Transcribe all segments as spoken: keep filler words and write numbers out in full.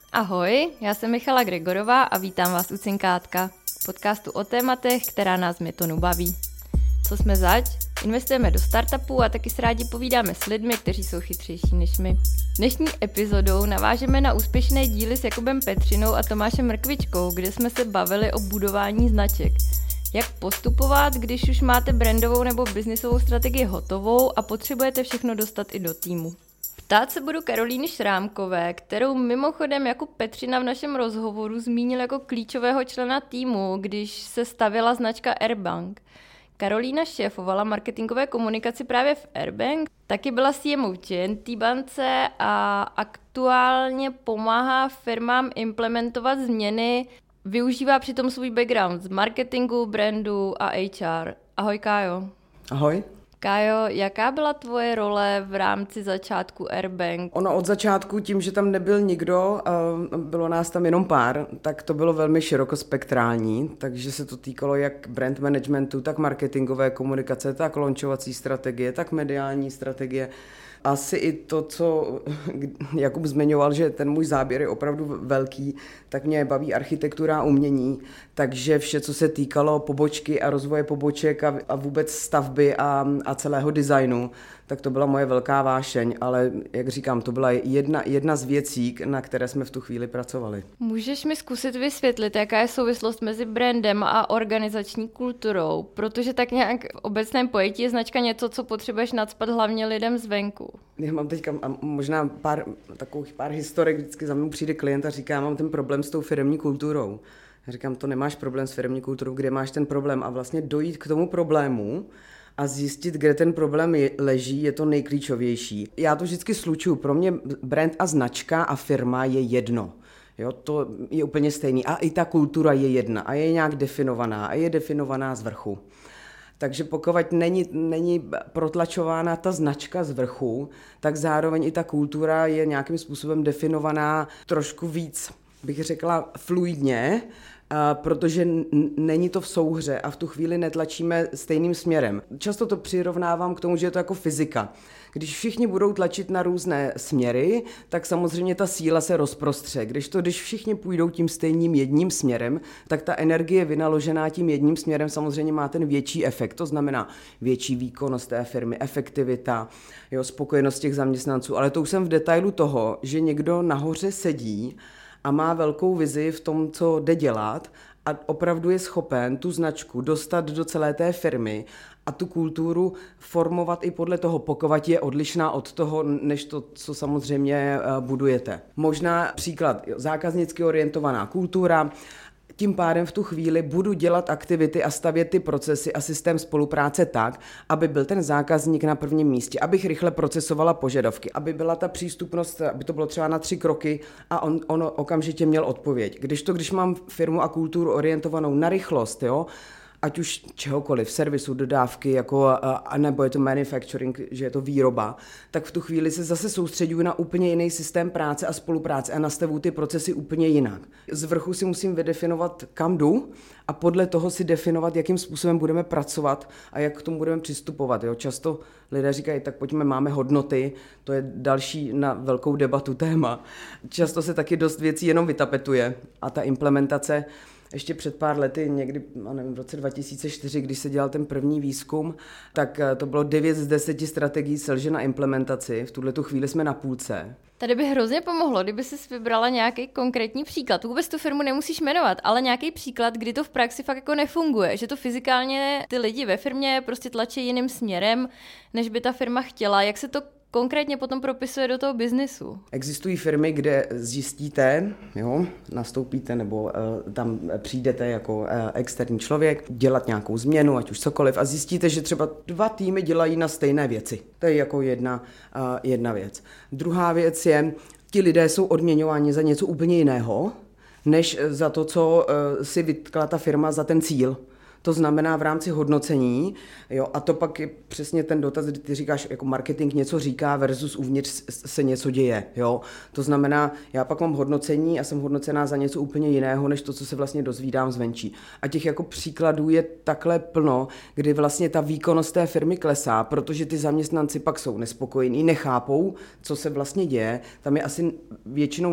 Ahoj, já jsem Michala Gregorová a vítám vás u Cinkátka, podcastu o tématech, která nás Mytonu baví. Co jsme zač? Investujeme do startupů a taky se rádi povídáme s lidmi, kteří jsou chytřejší než my. Dnešní epizodou navážeme na úspěšné díly s Jakubem Petřinou a Tomášem Mrkvičkou, kde jsme se bavili o budování značek. Jak postupovat, když už máte brandovou nebo biznisovou strategii hotovou a potřebujete všechno dostat i do týmu. Ptát se budu Karolíny Šrámkové, kterou mimochodem Jakub Petřina v našem rozhovoru zmínil jako klíčového člena týmu, když se stavěla značka Airbank. Karolína šéfovala marketingové komunikaci právě v Airbank, taky byla C M O v G N T bance a aktuálně pomáhá firmám implementovat změny, využívá přitom svůj background z marketingu, brandu a H R. Ahoj Kájo. Ahoj. Kájo, jaká byla tvoje role v rámci začátku Airbank? Ono od začátku, tím, že tam nebyl nikdo, bylo nás tam jenom pár, tak to bylo velmi širokospektrální, takže se to týkalo jak brand managementu, tak marketingové komunikace, tak launchovací strategie, tak mediální strategie. Asi i to, co Jakub zmiňoval, že ten můj záběr je opravdu velký, tak mě baví architektura a umění, takže vše, co se týkalo pobočky a rozvoje poboček a, a vůbec stavby a, a celého designu, tak to byla moje velká vášeň, ale jak říkám, to byla jedna, jedna z věcí, na které jsme v tu chvíli pracovali. Můžeš mi zkusit vysvětlit, jaká je souvislost mezi brandem a organizační kulturou, protože tak nějak v obecném pojetí je značka něco, co potřebuješ nacpat hlavně lidem zvenku. Já mám teďka možná pár takových pár historek, vždycky za mnou přijde klient a říká, mám ten problém s tou firemní kulturou. Já říkám, to nemáš problém s firemní kulturou, kde máš ten problém a vlastně dojít k tomu problému a zjistit, kde ten problém je, leží, je to nejklíčovější. Já to vždycky slučuju. Pro mě brand a značka a firma je jedno. Jo, to je úplně stejný. A i ta kultura je jedna a je nějak definovaná a je definovaná z vrchu. Takže pokud není, není protlačována ta značka z vrchu, tak zároveň i ta kultura je nějakým způsobem definovaná trošku víc, bych řekla, fluidně, protože není to v souhře a v tu chvíli netlačíme stejným směrem. Často to přirovnávám k tomu, že je to jako fyzika. Když všichni budou tlačit na různé směry, tak samozřejmě ta síla se rozprostře. Když to, když všichni půjdou tím stejným jedním směrem, tak ta energie vynaložená tím jedním směrem samozřejmě má ten větší efekt. To znamená větší výkonnost té firmy, efektivita, jo, spokojenost těch zaměstnanců. Ale to už jsem v detailu toho, že někdo nahoře sedí a má velkou vizi v tom, co jde dělat a opravdu je schopen tu značku dostat do celé té firmy a tu kulturu formovat i podle toho, pokud je odlišná od toho, než to, co samozřejmě budujete. Možná příklad, zákaznicky orientovaná kultura. Tím pádem v tu chvíli budu dělat aktivity a stavět ty procesy a systém spolupráce tak, aby byl ten zákazník na prvním místě, abych rychle procesovala požadavky, aby byla ta přístupnost, aby to bylo třeba na tři kroky a on, on okamžitě měl odpověď. Když to, když mám firmu a kulturu orientovanou na rychlost, jo, ať už čehokoliv, servisu, dodávky, jako, a nebo je to manufacturing, že je to výroba, tak v tu chvíli se zase soustředuju na úplně jiný systém práce a spolupráce a nastavuju ty procesy úplně jinak. Z vrchu si musím vydefinovat, kam jdu a podle toho si definovat, jakým způsobem budeme pracovat a jak k tomu budeme přistupovat. Jo? Často lidé říkají, tak pojďme, máme hodnoty, to je další na velkou debatu téma. Často se taky dost věcí jenom vytapetuje a ta implementace. Ještě před pár lety, někdy nevím, v roce dva tisíce čtyři, když se dělal ten první výzkum, tak to bylo devět z deseti strategií selže na implementaci. V tuhletu chvíli jsme na půlce. Tady by hrozně pomohlo, kdyby jsi vybrala nějaký konkrétní příklad. Vůbec tu firmu nemusíš jmenovat, ale nějaký příklad, kdy to v praxi fakt jako nefunguje, že to fyzikálně ty lidi ve firmě prostě tlačí jiným směrem, než by ta firma chtěla. Jak se to konkrétně potom propisuje do toho biznisu? Existují firmy, kde zjistíte, jo, nastoupíte nebo uh, tam přijdete jako uh, externí člověk dělat nějakou změnu, ať už cokoliv, a zjistíte, že třeba dva týmy dělají na stejné věci. To je jako jedna, uh, jedna věc. Druhá věc je, ti lidé jsou odměňováni za něco úplně jiného, než za to, co uh, si vytkla ta firma za ten cíl. To znamená v rámci hodnocení, jo, a to pak je přesně ten dotaz, kdy ty říkáš, jako marketing něco říká versus uvnitř se něco děje, jo. To znamená, já pak mám hodnocení a jsem hodnocená za něco úplně jiného, než to, co se vlastně dozvídám zvenčí. A těch jako příkladů je takhle plno, kdy vlastně ta výkonnost té firmy klesá, protože ty zaměstnanci pak jsou nespokojení, nechápou, co se vlastně děje. Tam je asi většinou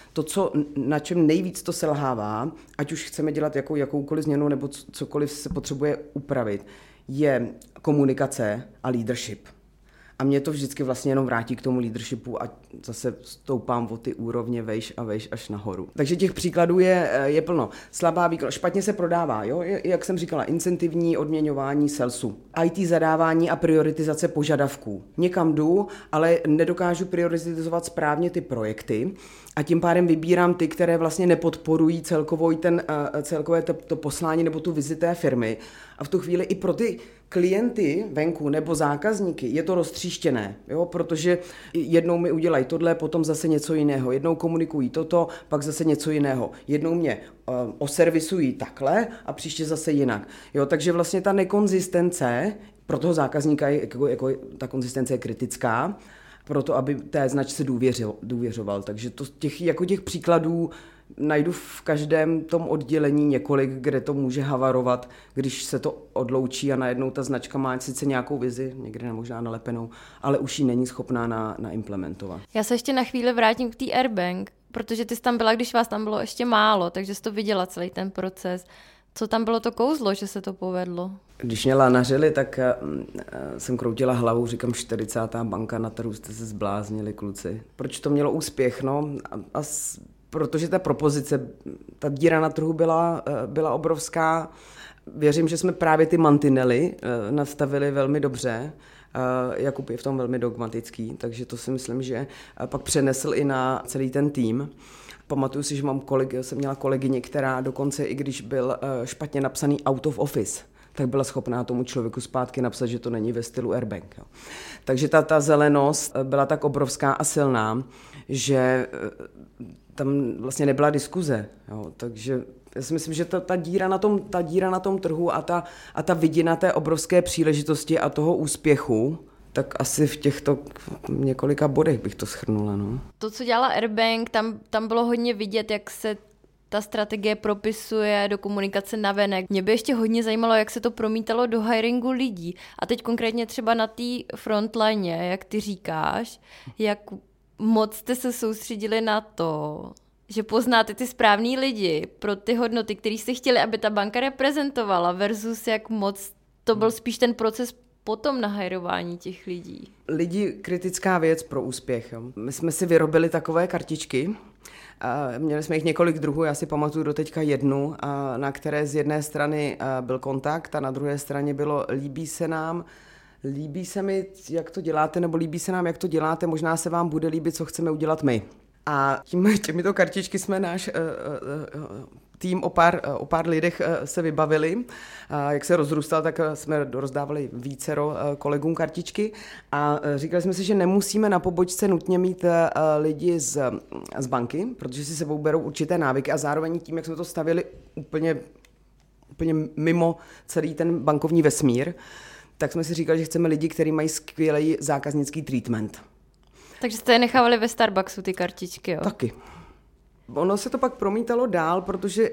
to, co, na čem nejvíc to selhává, ať už chceme dělat jakou, jakoukoliv změnu nebo cokoliv se potřebuje upravit, je komunikace a leadership. A mě to vždycky vlastně jenom vrátí k tomu leadershipu a zase stoupám o ty úrovně vejš a vejš až nahoru. Takže těch příkladů je, je plno. Slabá výkon, špatně se prodává, jo? Jak jsem říkala, incentivní odměňování salesu, í té zadávání a prioritizace požadavků. Někam jdu, ale nedokážu prioritizovat správně ty projekty a tím pádem vybírám ty, které vlastně nepodporují celkovou ten, celkové to, to poslání nebo tu vizi té firmy. A v tu chvíli i pro ty klienty venku nebo zákazníky je to roztříštěné, jo? Protože jednou mi udělají tohle, potom zase něco jiného, jednou komunikují toto, pak zase něco jiného, jednou mě uh, oservisují takhle a příště zase jinak. Jo? Takže vlastně ta nekonzistence pro toho zákazníka je, jako, jako, ta konzistence je kritická, proto aby té značce důvěřil, důvěřoval. Takže to, těch, jako těch příkladů najdu v každém tom oddělení několik, kde to může havarovat, když se to odloučí a najednou ta značka má sice nějakou vizi, někde možná nalepenou, ale už ji není schopná na, naimplementovat. Já se ještě na chvíli vrátím k té Airbank, protože ty jsi tam byla, když vás tam bylo ještě málo, takže jsi to viděla celý ten proces. Co tam bylo to kouzlo, že se to povedlo? Když měla nařili, tak uh, jsem kroutila hlavou, říkám, čtyřicátá banka, na kterou jste se zbláznili, kluci. Proč to mělo úspěch? No, a, a s, protože ta propozice, ta díra na trhu byla, uh, byla obrovská. Věřím, že jsme právě ty mantinely uh, nastavili velmi dobře. Uh, Jakub je v tom velmi dogmatický, takže to si myslím, že uh, pak přenesl i na celý ten tým. Pamatuju si, že mám kolegy, jsem měla kolegyni, která dokonce, i když byl špatně napsaný out of office, tak byla schopná tomu člověku zpátky napsat, že to není ve stylu Airbank. Jo. Takže ta, ta zelenost byla tak obrovská a silná, že tam vlastně nebyla diskuze. Jo. Takže já si myslím, že ta, ta, díra na tom, ta díra na tom trhu a ta, a ta vidina té obrovské příležitosti a toho úspěchu, tak asi v těchto několika bodech bych to shrnula. No. To, co dělala Airbank, tam, tam bylo hodně vidět, jak se ta strategie propisuje do komunikace navenek. Mě by ještě hodně zajímalo, jak se to promítalo do hiringu lidí. A teď konkrétně třeba na té frontline, jak ty říkáš, jak moc jste se soustředili na to, že poznáte ty správný lidi pro ty hodnoty, které jste chtěli, aby ta banka reprezentovala, versus jak moc to byl spíš ten proces potom na hajrování těch lidí. Lidi, kritická věc pro úspěch. Jo. My jsme si vyrobili takové kartičky, a měli jsme jich několik druhů, já si pamatuju doteďka jednu, a na které z jedné strany byl kontakt a na druhé straně bylo líbí se nám, líbí se mi, jak to děláte, nebo líbí se nám, jak to děláte, možná se vám bude líbit, co chceme udělat my. A tím, těmito kartičky jsme náš uh, uh, tým o pár, o pár lidech uh, se vybavili. A jak se rozrůstal, tak jsme rozdávali vícero uh, kolegům kartičky a uh, říkali jsme si, že nemusíme na pobočce nutně mít uh, lidi z, z banky, protože si sebou berou určité návyky a zároveň tím, jak jsme to stavili úplně, úplně mimo celý ten bankovní vesmír, tak jsme si říkali, že chceme lidi, kteří mají skvělý zákaznický treatment. Takže jste je nechávali ve Starbucksu, ty kartičky, jo? Taky. Ono se to pak promítalo dál, protože uh,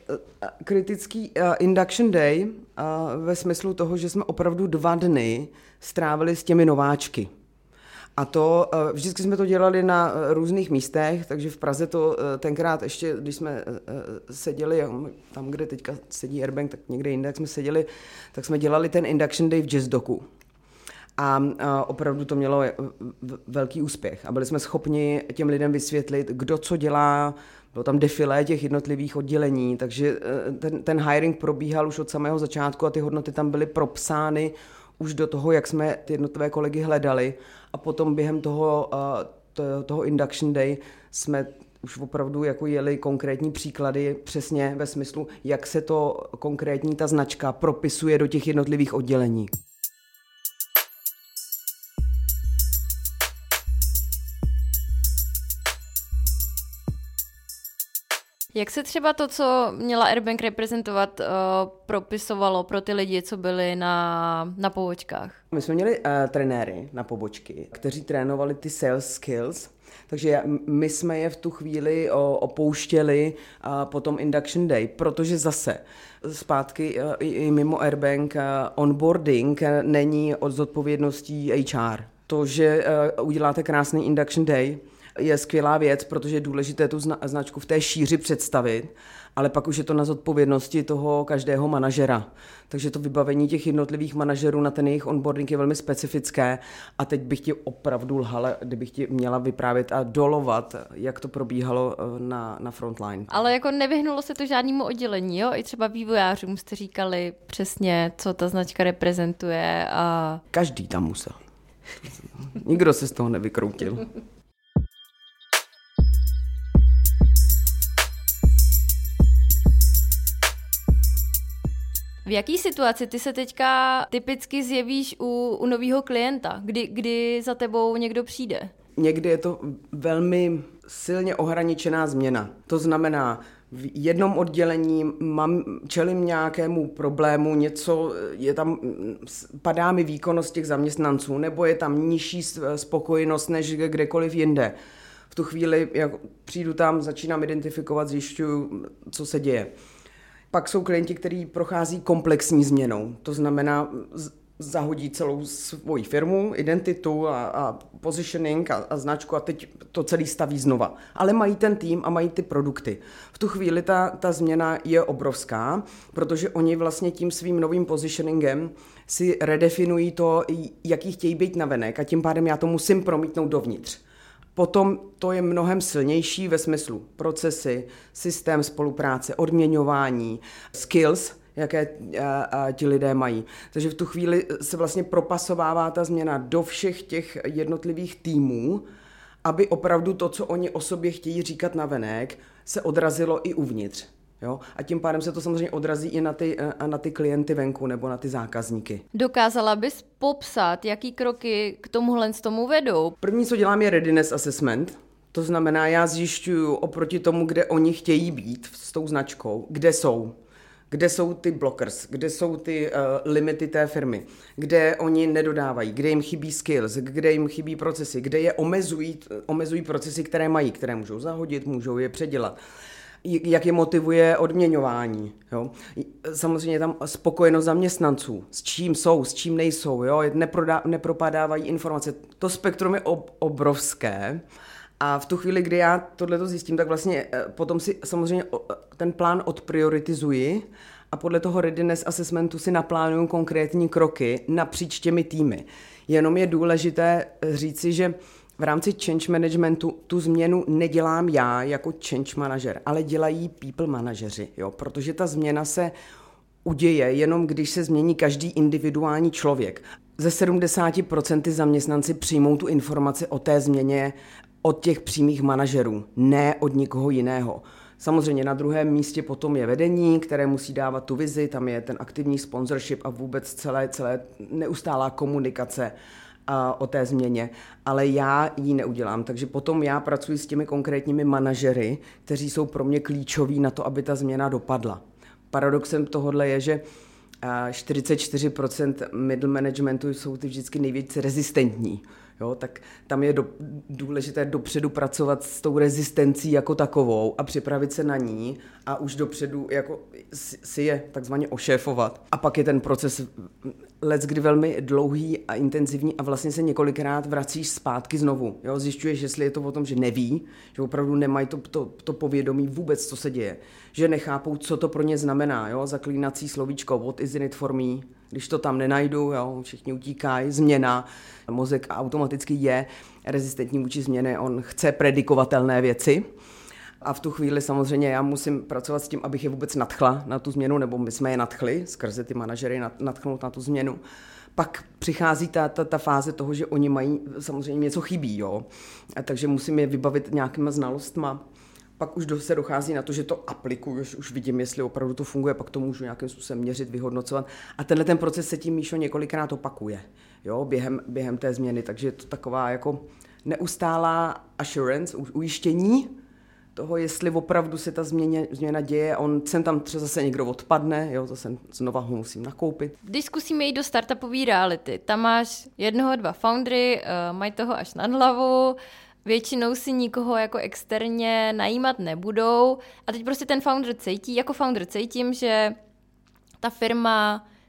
kritický uh, induction day uh, ve smyslu toho, že jsme opravdu dva dny strávili s těmi nováčky. A to, uh, vždycky jsme to dělali na uh, různých místech, takže v Praze to uh, tenkrát ještě, když jsme uh, seděli, tam, kde teďka sedí Airbank, tak někde jinde, jak jsme seděli, tak jsme dělali ten induction day v JazzDoku. A, a opravdu to mělo velký úspěch. A byli jsme schopni těm lidem vysvětlit, kdo co dělá. Bylo tam defilé těch jednotlivých oddělení, takže ten, ten hiring probíhal už od samého začátku a ty hodnoty tam byly propsány už do toho, jak jsme ty jednotlivé kolegy hledali. A potom během toho, toho induction day jsme už opravdu jako jeli konkrétní příklady přesně ve smyslu, jak se to konkrétní ta značka propisuje do těch jednotlivých oddělení. Jak se třeba to, co měla Airbank reprezentovat, uh, propisovalo pro ty lidi, co byli na, na pobočkách? My jsme měli uh, trenéry na pobočky, kteří trénovali ty sales skills, takže my jsme je v tu chvíli uh, opouštěli uh, po tom induction day, protože zase zpátky uh, i, i mimo Airbank uh, onboarding uh, není od zodpovědností H R. To, že uh, uděláte krásný induction day, je skvělá věc, protože je důležité tu značku v té šíři představit, ale pak už je to na zodpovědnosti toho každého manažera. Takže to vybavení těch jednotlivých manažerů na ten jejich onboarding je velmi specifické a teď bych ti opravdu lhala, kdybych ti měla vyprávět a dolovat, jak to probíhalo na, na frontline. Ale jako nevyhnulo se to žádnému oddělení, jo? I třeba vývojářům jste říkali přesně, co ta značka reprezentuje a... Každý tam musel. Nikdo se z toho nevykroutil. V jaký situaci ty se teďka typicky zjevíš u, u nového klienta, kdy, kdy za tebou někdo přijde? Někdy je to velmi silně ohraničená změna. To znamená, v jednom oddělení mám, čelím nějakému problému, něco je tam, padá mi výkonnost těch zaměstnanců, nebo je tam nižší spokojenost než kdekoliv jinde. V tu chvíli, jak přijdu tam, začínám identifikovat, zjišťuju, co se děje. Pak jsou klienti, kteří prochází komplexní změnou. To znamená, zahodí celou svoji firmu, identitu a, a positioning a, a značku a teď to celý staví znova. Ale mají ten tým a mají ty produkty. V tu chvíli ta, ta změna je obrovská, protože oni vlastně tím svým novým positioningem si redefinují to, jaký chtějí být navenek a tím pádem já to musím promítnout dovnitř. Potom to je mnohem silnější ve smyslu procesy, systém spolupráce, odměňování, skills, jaké a, a, ti lidé mají. Takže v tu chvíli se vlastně propasovává ta změna do všech těch jednotlivých týmů, aby opravdu to, co oni o sobě chtějí říkat navenek, se odrazilo i uvnitř. Jo? A tím pádem se to samozřejmě odrazí i na ty, na ty klienty venku nebo na ty zákazníky. Dokázala bys popsat, jaký kroky k tomuhle z tomu vedou? První, co dělám, je readiness assessment. To znamená, já zjišťuju oproti tomu, kde oni chtějí být s tou značkou, kde jsou. Kde jsou ty blockers, kde jsou ty uh, limity té firmy, kde oni nedodávají, kde jim chybí skills, kde jim chybí procesy, kde je omezují, omezují procesy, které mají, které můžou zahodit, můžou je předělat. Jak je motivuje odměňování. Jo? Samozřejmě je tam spokojenost zaměstnanců, s čím jsou, s čím nejsou, jo? Neprodá, nepropadávají informace. To spektrum je ob, obrovské a v tu chvíli, kdy já tohleto zjistím, tak vlastně potom si samozřejmě ten plán odprioritizuji a podle toho readiness assessmentu si naplánuju konkrétní kroky napříč těmi týmy. Jenom je důležité říci, že v rámci change managementu tu změnu nedělám já jako change manažer, ale dělají people manažeři, jo? Protože ta změna se uděje jenom, když se změní každý individuální člověk. Ze sedmdesát procent zaměstnanci přijmou tu informaci o té změně od těch přímých manažerů, ne od nikoho jiného. Samozřejmě na druhém místě potom je vedení, které musí dávat tu vizi, tam je ten aktivní sponsorship a vůbec celé, celé neustálá komunikace o té změně, ale já ji neudělám, takže potom já pracuji s těmi konkrétními manažery, kteří jsou pro mě klíčoví na to, aby ta změna dopadla. Paradoxem tohohle je, že čtyřicet čtyři procent middle managementu jsou ty vždycky nejvíc rezistentní. Jo, tak tam je do, důležité dopředu pracovat s tou rezistencí jako takovou a připravit se na ní a už dopředu jako si je takzvaně ošéfovat. A pak je ten proces leckdy velmi dlouhý a intenzivní a vlastně se několikrát vracíš zpátky znovu. Jo, zjišťuješ, jestli je to o tom, že neví, že opravdu nemají to, to, to povědomí vůbec, co se děje. Že nechápou, co to pro ně znamená. Jo, zaklínací slovíčko, what is in it for me. Když to tam nenajdu, jo, všichni utíkají, změna, mozek automaticky je rezistentní vůči změně, on chce predikovatelné věci a v tu chvíli samozřejmě já musím pracovat s tím, abych je vůbec nadchla na tu změnu, nebo my jsme je nadchli, skrze ty manažery nadchnout na tu změnu. Pak přichází ta, ta, ta fáze toho, že oni mají samozřejmě něco chybí, jo, a takže musím je vybavit nějakýma znalostma. Pak už se dochází na to, že to aplikuju, už, už vidím, jestli opravdu to funguje, pak to můžu nějakým způsobem měřit, vyhodnocovat. A tenhle ten proces se tím, Míšo, několikrát opakuje, jo, během, během té změny. Takže je to taková jako neustálá assurance, ujištění toho, jestli opravdu se ta změna, změna děje. On sem tam třeba zase někdo odpadne, jo, zase znova ho musím nakoupit. Když zkusíme jít do startupové reality, tam máš jednoho, dva foundry, uh, mají toho až nad hlavu, většinou si nikoho jako externě najímat nebudou a teď prostě ten founder cítí, jako founder cítím, že ta firma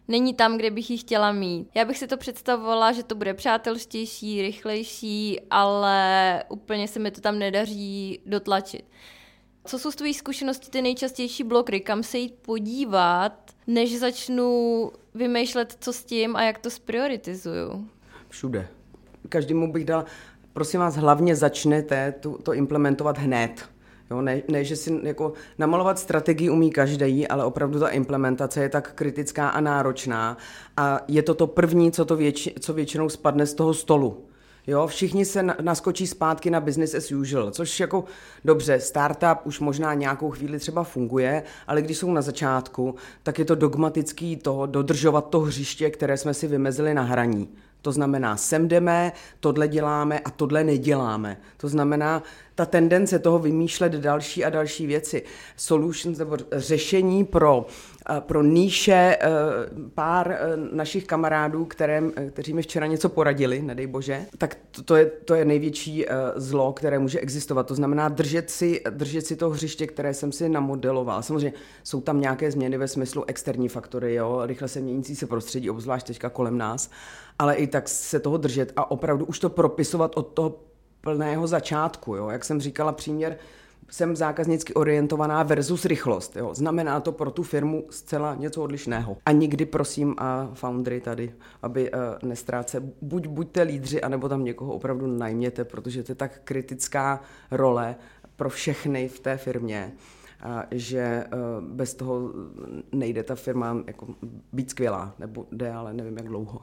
není tam, kde bych ji chtěla mít. Já bych si to představovala, že to bude přátelštější, rychlejší, ale úplně se mi to tam nedaří dotlačit. Co jsou z tvých zkušeností ty nejčastější blokery, kam se jít podívat, než začnu vymýšlet, co s tím a jak to sprioritizuju? Všude. Každému bych dala, prosím vás, hlavně začnete to, to implementovat hned. Jo, ne, ne, že si jako namalovat strategii umí každý, ale opravdu ta implementace je tak kritická a náročná a je to to první, co, to věč, co většinou spadne z toho stolu. Jo, všichni se naskočí zpátky na business as usual, což jako dobře, startup už možná nějakou chvíli třeba funguje, ale když jsou na začátku, tak je to dogmatický toho dodržovat to hřiště, které jsme si vymezili na hraní. To znamená, sem jdeme, tohle děláme a tohle neděláme. To znamená, ta tendence toho vymýšlet další a další věci, solutions nebo řešení pro, pro níše pár našich kamarádů, které, kteří mi včera něco poradili, nedej bože, tak to, to, je, to je největší zlo, které může existovat. To znamená držet si, držet si to hřiště, které jsem si namodeloval. Samozřejmě jsou tam nějaké změny ve smyslu externí faktory, jo? Rychle se měnící se prostředí, obzvlášť teďka kolem nás, ale i tak se toho držet a opravdu už to propisovat od toho plného začátku. Jo? Jak jsem říkala, příměr, jsem zákaznicky orientovaná versus rychlost. Jo? Znamená to pro tu firmu zcela něco odlišného. A nikdy prosím a foundry tady, aby uh, nestráce, buď buďte lídři, anebo tam někoho opravdu najměte, protože to je tak kritická role pro všechny v té firmě, a že uh, bez toho nejde ta firma jako být skvělá, nebo jde, ale nevím jak dlouho.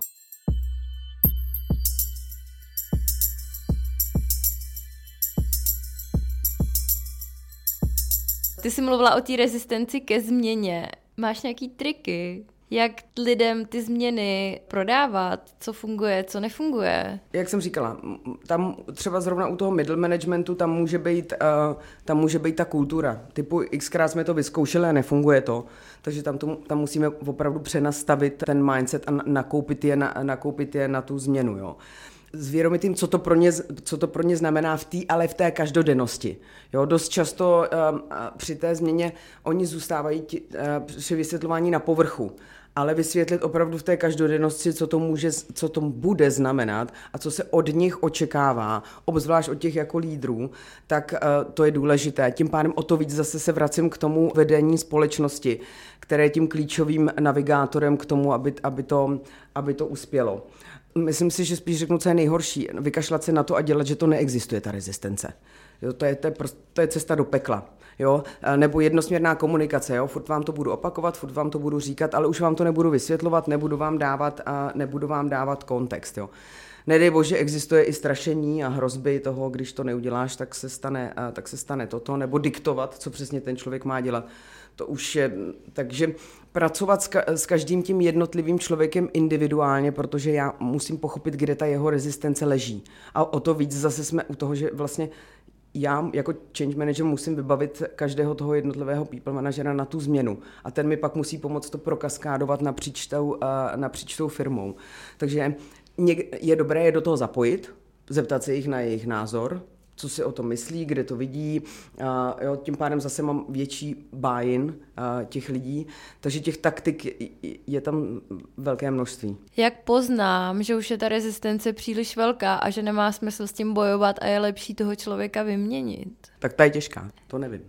Ty jsi mluvila o té rezistenci ke změně. Máš nějaký triky, jak lidem ty změny prodávat, co funguje, co nefunguje? Jak jsem říkala, tam třeba zrovna u toho middle managementu tam může být, uh, tam může být ta kultura. Typu xkrát jsme to vyzkoušeli a nefunguje to, takže tam, to, tam musíme opravdu přenastavit ten mindset a nakoupit je na, nakoupit je na tu změnu, jo. S vědomitým, co to pro ně, co to pro ně znamená v té, ale v té každodennosti. Jo, dost často um, při té změně oni zůstávají ti, uh, při vysvětlování na povrchu, ale vysvětlit opravdu v té každodennosti, co to může, co to bude znamenat a co se od nich očekává, obzvlášť od těch jako lídrů, tak uh, to je důležité. Tím pádem o to víc zase se vracím k tomu vedení společnosti, které je tím klíčovým navigátorem k tomu, aby, aby, to, aby to uspělo. Myslím si, že spíš řeknu, co je nejhorší, vykašlat se na to a dělat, že to neexistuje, ta rezistence. Jo, to, je, to, je prostě, to je cesta do pekla. Jo? Nebo jednosměrná komunikace. Jo? Furt vám to budu opakovat, furt vám to budu říkat, ale už vám to nebudu vysvětlovat, nebudu vám dávat, a nebudu vám dávat kontext. Jo? Nedej bože, existuje i strašení a hrozby toho, když to neuděláš, tak se stane, tak se stane toto, nebo diktovat, co přesně ten člověk má dělat. To už je, takže pracovat s, ka- s každým tím jednotlivým člověkem individuálně, protože já musím pochopit, kde ta jeho rezistence leží. A o to víc zase jsme u toho, že vlastně já jako change manager musím vybavit každého toho jednotlivého people manažera na tu změnu. A ten mi pak musí pomoct to prokaskádovat napříč tou, napříč tou firmou. Takže je dobré je do toho zapojit, zeptat se jich na jejich názor, co si o tom myslí, kde to vidí. Uh, jo, tím pádem zase mám větší buy-in uh, těch lidí, takže těch taktik je, je tam velké množství. Jak poznám, že už je ta rezistence příliš velká a že nemá smysl s tím bojovat a je lepší toho člověka vyměnit? Tak ta je těžká, to nevím.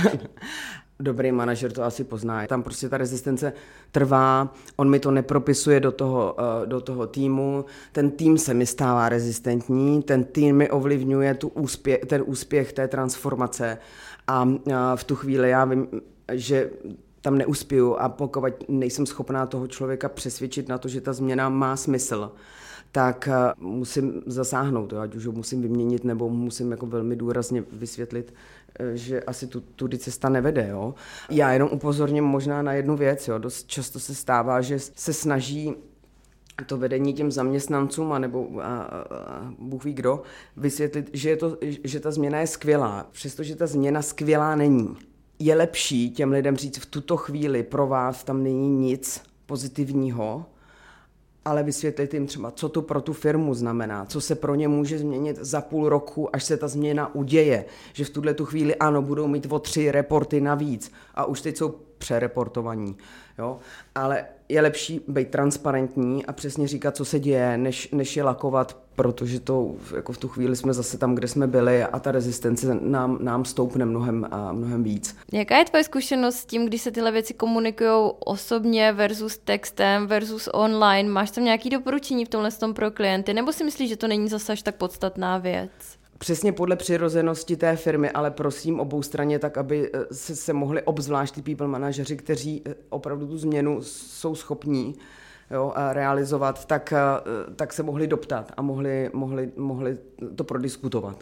Dobrý manažer to asi pozná. Tam prostě ta rezistence trvá, on mi to nepropisuje do toho, do toho týmu, ten tým se mi stává rezistentní, ten tým mi ovlivňuje tu úspěch, ten úspěch té transformace a v tu chvíli já vím, že tam neuspěju a pokud nejsem schopná toho člověka přesvědčit na to, že ta změna má smysl, tak musím zasáhnout, ať už ho musím vyměnit, nebo musím jako velmi důrazně vysvětlit, že asi tu, tudy cesta nevede. Jo. Já jenom upozorním možná na jednu věc. Jo. Dost často se stává, že se snaží to vedení těm zaměstnancům, anebo a, a, Bůh ví kdo, vysvětlit, že, je to, že ta změna je skvělá, přestože ta změna skvělá není. Je lepší těm lidem říct, v tuto chvíli pro vás tam není nic pozitivního, ale vysvětlit jim třeba, co to pro tu firmu znamená, co se pro ně může změnit za půl roku, až se ta změna uděje, že v tuhle tu chvíli ano, budou mít o tři reporty navíc a už teď jsou přereportovaní. Jo? Ale je lepší být transparentní a přesně říkat, co se děje, než, než je lakovat, protože to jako v tu chvíli jsme zase tam, kde jsme byli a ta rezistence nám, nám stoupne mnohem, a mnohem víc. Jaká je tvoje zkušenost s tím, když se tyhle věci komunikují osobně versus textem versus online? Máš tam nějaké doporučení v tomhle tom pro klienty? Nebo si myslíš, že to není zase až tak podstatná věc? Přesně podle přirozenosti té firmy, ale prosím obou straně tak, aby se, se mohli obzvlášť ty people manažeři, kteří opravdu tu změnu jsou schopní, jo, realizovat, tak, tak se mohli doptat a mohli, mohli, mohli to prodiskutovat.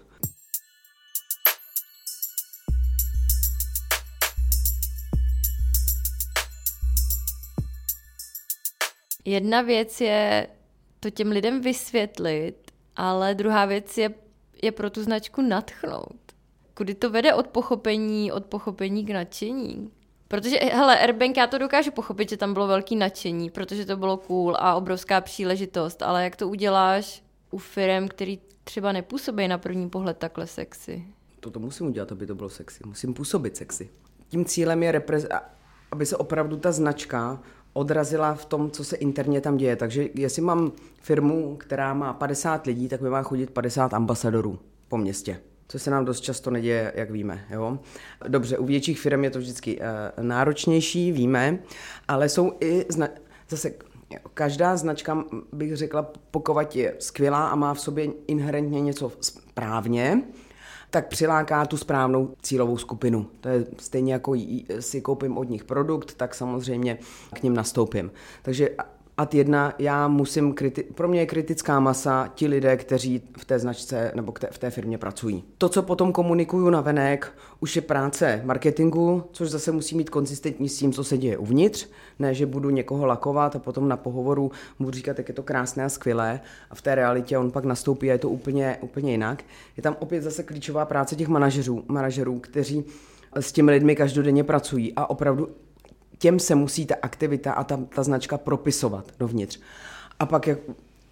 Jedna věc je to těm lidem vysvětlit, ale druhá věc je je pro tu značku nadchnout. Kudy to vede od pochopení, od pochopení k nadšení? Protože, hele, Airbank, já to dokážu pochopit, že tam bylo velký nadšení, protože to bylo cool a obrovská příležitost, ale jak to uděláš u firem, který třeba nepůsobí na první pohled takhle sexy? To, to musím udělat, aby to bylo sexy. Musím působit sexy. Tím cílem je, reprez- aby se opravdu ta značka odrazila v tom, co se interně tam děje. Takže jestli mám firmu, která má padesát lidí, tak mi má chodit padesát ambasadorů po městě. Co se nám dost často neděje, jak víme. Jo? Dobře, u větších firm je to vždycky uh, náročnější, víme, ale jsou i zna- zase každá značka, bych řekla, pokud je skvělá a má v sobě inherentně něco správně, tak přiláká tu správnou cílovou skupinu. To je stejně jako si koupím od nich produkt, tak samozřejmě k nim nastoupím. Takže ad jedna, já musím, kriti- pro mě je kritická masa ti lidé, kteří v té značce nebo v té firmě pracují. To, co potom komunikuju navenek, už je práce marketingu, což zase musí mít konzistentní s tím, co se děje uvnitř. Ne, že budu někoho lakovat a potom na pohovoru budu říkat, jak je to krásné a skvělé a v té realitě on pak nastoupí a je to úplně, úplně jinak. Je tam opět zase klíčová práce těch manažerů, manažerů, kteří s těmi lidmi každodenně pracují a opravdu těm se musí ta aktivita a ta, ta značka propisovat dovnitř. A pak jak,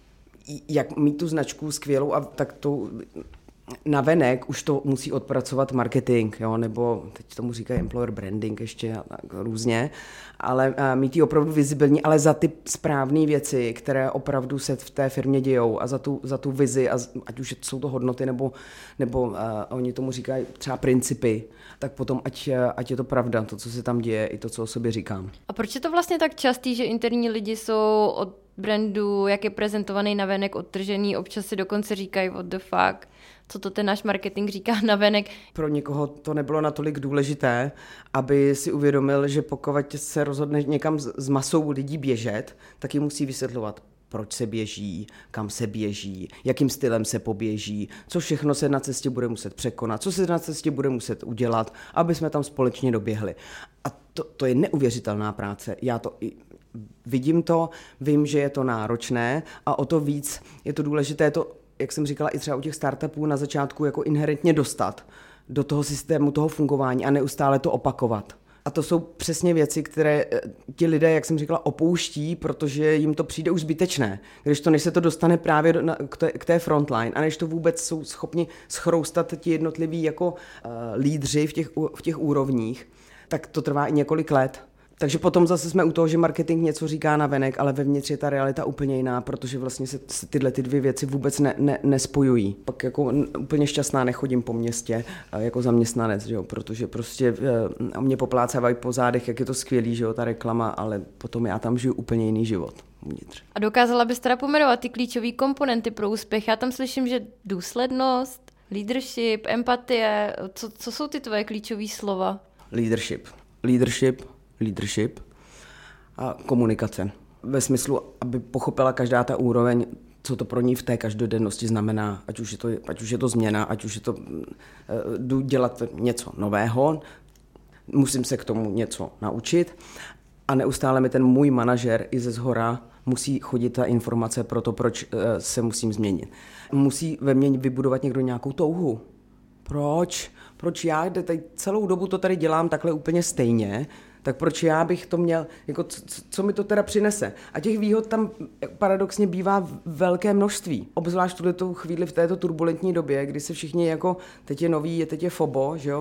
jak mít tu značku skvělou a tak to navenek už to musí odpracovat marketing, jo, nebo teď tomu říkají employer branding ještě a tak různě, ale a mít ji opravdu vizibilní, ale za ty správné věci, které opravdu se v té firmě dějou a za tu, za tu vizi, a ať už jsou to hodnoty, nebo, nebo uh, oni tomu říkají třeba principy, tak potom ať, ať je to pravda, to, co se tam děje, i to, co o sobě říkám. A proč je to vlastně tak častý, že interní lidi jsou od brandu, jak je prezentovaný navenek, odtržený, občas si dokonce říkají what the fuck, co to ten náš marketing říká navenek. Pro někoho to nebylo natolik důležité, aby si uvědomil, že pokud se rozhodne někam s masou lidí běžet, tak ji musí vysvětlovat, proč se běží, kam se běží, jakým stylem se poběží, co všechno se na cestě bude muset překonat, co se na cestě bude muset udělat, aby jsme tam společně doběhli. A to, to je neuvěřitelná práce. Já to i vidím to, vím, že je to náročné a o to víc je to důležité to, jak jsem říkala, i třeba u těch startupů na začátku jako inherentně dostat do toho systému, toho fungování a neustále to opakovat. A to jsou přesně věci, které ti lidé, jak jsem říkala, opouští, protože jim to přijde už zbytečné. Když to, než se to dostane právě do, na, k, té, k té frontline a než to vůbec jsou schopni schroustat ti jednotliví jako uh, lídři v těch, v těch úrovních, tak to trvá i několik let. Takže potom zase jsme u toho, že marketing něco říká navenek, ale vevnitř je ta realita úplně jiná, protože vlastně se, se tyhle ty dvě věci vůbec ne, ne, nespojují. Pak jako úplně šťastná nechodím po městě jako zaměstnanec, že jo, protože prostě a mě poplácávají po zádech, jak je to skvělý, že jo, ta reklama, ale potom já tam žiju úplně jiný život uvnitř. A dokázala bys teda pomenovat ty klíčové komponenty pro úspěch? Já tam slyším, že důslednost, leadership, empatie, co, co jsou ty tvoje klíčové slova? Leadership. Leadership. leadership a komunikace. Ve smyslu, aby pochopila každá ta úroveň, co to pro ní v té každodennosti znamená, ať už je to, ať už je to změna, ať už je to jdu dělat něco nového, musím se k tomu něco naučit a neustále mi ten můj manažer i ze zhora musí chodit ta informace pro to, proč se musím změnit. Musí ve mně vybudovat někdo nějakou touhu. Proč? Proč já tady celou dobu to tady dělám takhle úplně stejně, tak proč já bych to měl, jako co, co mi to teda přinese? A těch výhod tam paradoxně bývá velké množství. Obzvlášť v tuto chvíli v této turbulentní době, kdy se všichni jako, teď je nový, je teď je Fobo, že jo?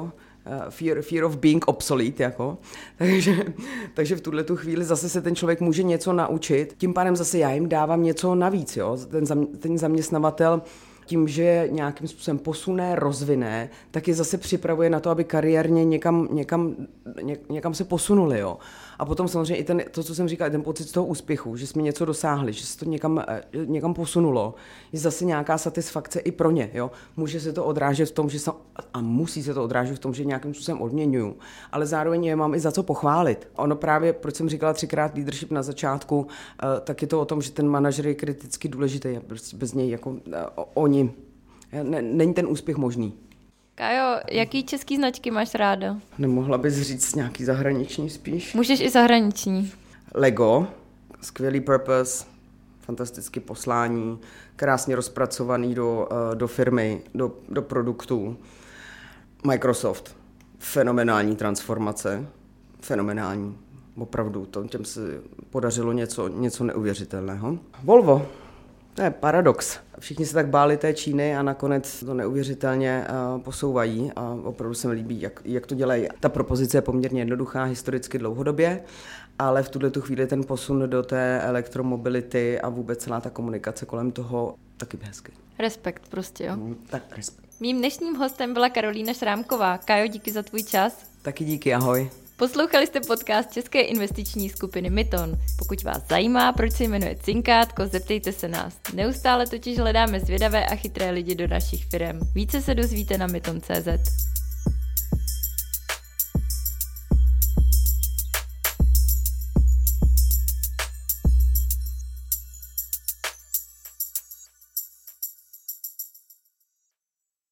fear, fear of being obsolete, jako. Takže, takže v tuhle tu chvíli zase se ten člověk může něco naučit. Tím pádem zase já jim dávám něco navíc, jo. Ten, zam, ten zaměstnavatel tím, že nějakým způsobem posune, rozvine, tak je zase připravuje na to, aby kariérně někam, někam, ně, někam se posunuli. Jo. A potom samozřejmě i ten, to, co jsem říkal, ten pocit z toho úspěchu, že jsme něco dosáhli, že se to někam, někam posunulo, je zase nějaká satisfakce i pro ně. Jo. Může se to odrážet v tom, že sam, a musí se to odrážet v tom, že nějakým způsobem odměňuju, ale zároveň je mám i za co pochválit. Ono právě, proč jsem říkala třikrát leadership na začátku, tak je to o tom, že ten manažer je kriticky důležitý a bez něj jako oni, není ten úspěch možný. Kájo, jaký český značky máš ráda? Nemohla bys říct nějaký zahraniční spíš? Můžeš i zahraniční. Lego, skvělý purpose, fantastické poslání, krásně rozpracovaný do, do firmy, do, do produktů. Microsoft, fenomenální transformace, fenomenální, opravdu, to těm se podařilo něco, něco neuvěřitelného. Volvo. To je paradox. Všichni se tak báli té Číny a nakonec to neuvěřitelně uh, posouvají a opravdu se mi líbí, jak, jak to dělají. Ta propozice je poměrně jednoduchá, historicky dlouhodobě, ale v tuhle tu chvíli ten posun do té elektromobility a vůbec celá ta komunikace kolem toho taky hezky. Respekt prostě, jo? Mm, tak respekt. Mým dnešním hostem byla Karolína Šrámková. Kájo, díky za tvůj čas. Taky díky, ahoj. Poslouchali jste podcast české investiční skupiny Myton. Pokud vás zajímá, proč se jmenuje Cinkátko, zeptejte se nás. Neustále totiž hledáme zvědavé a chytré lidi do našich firem. Více se dozvíte na myton tečka cé zet.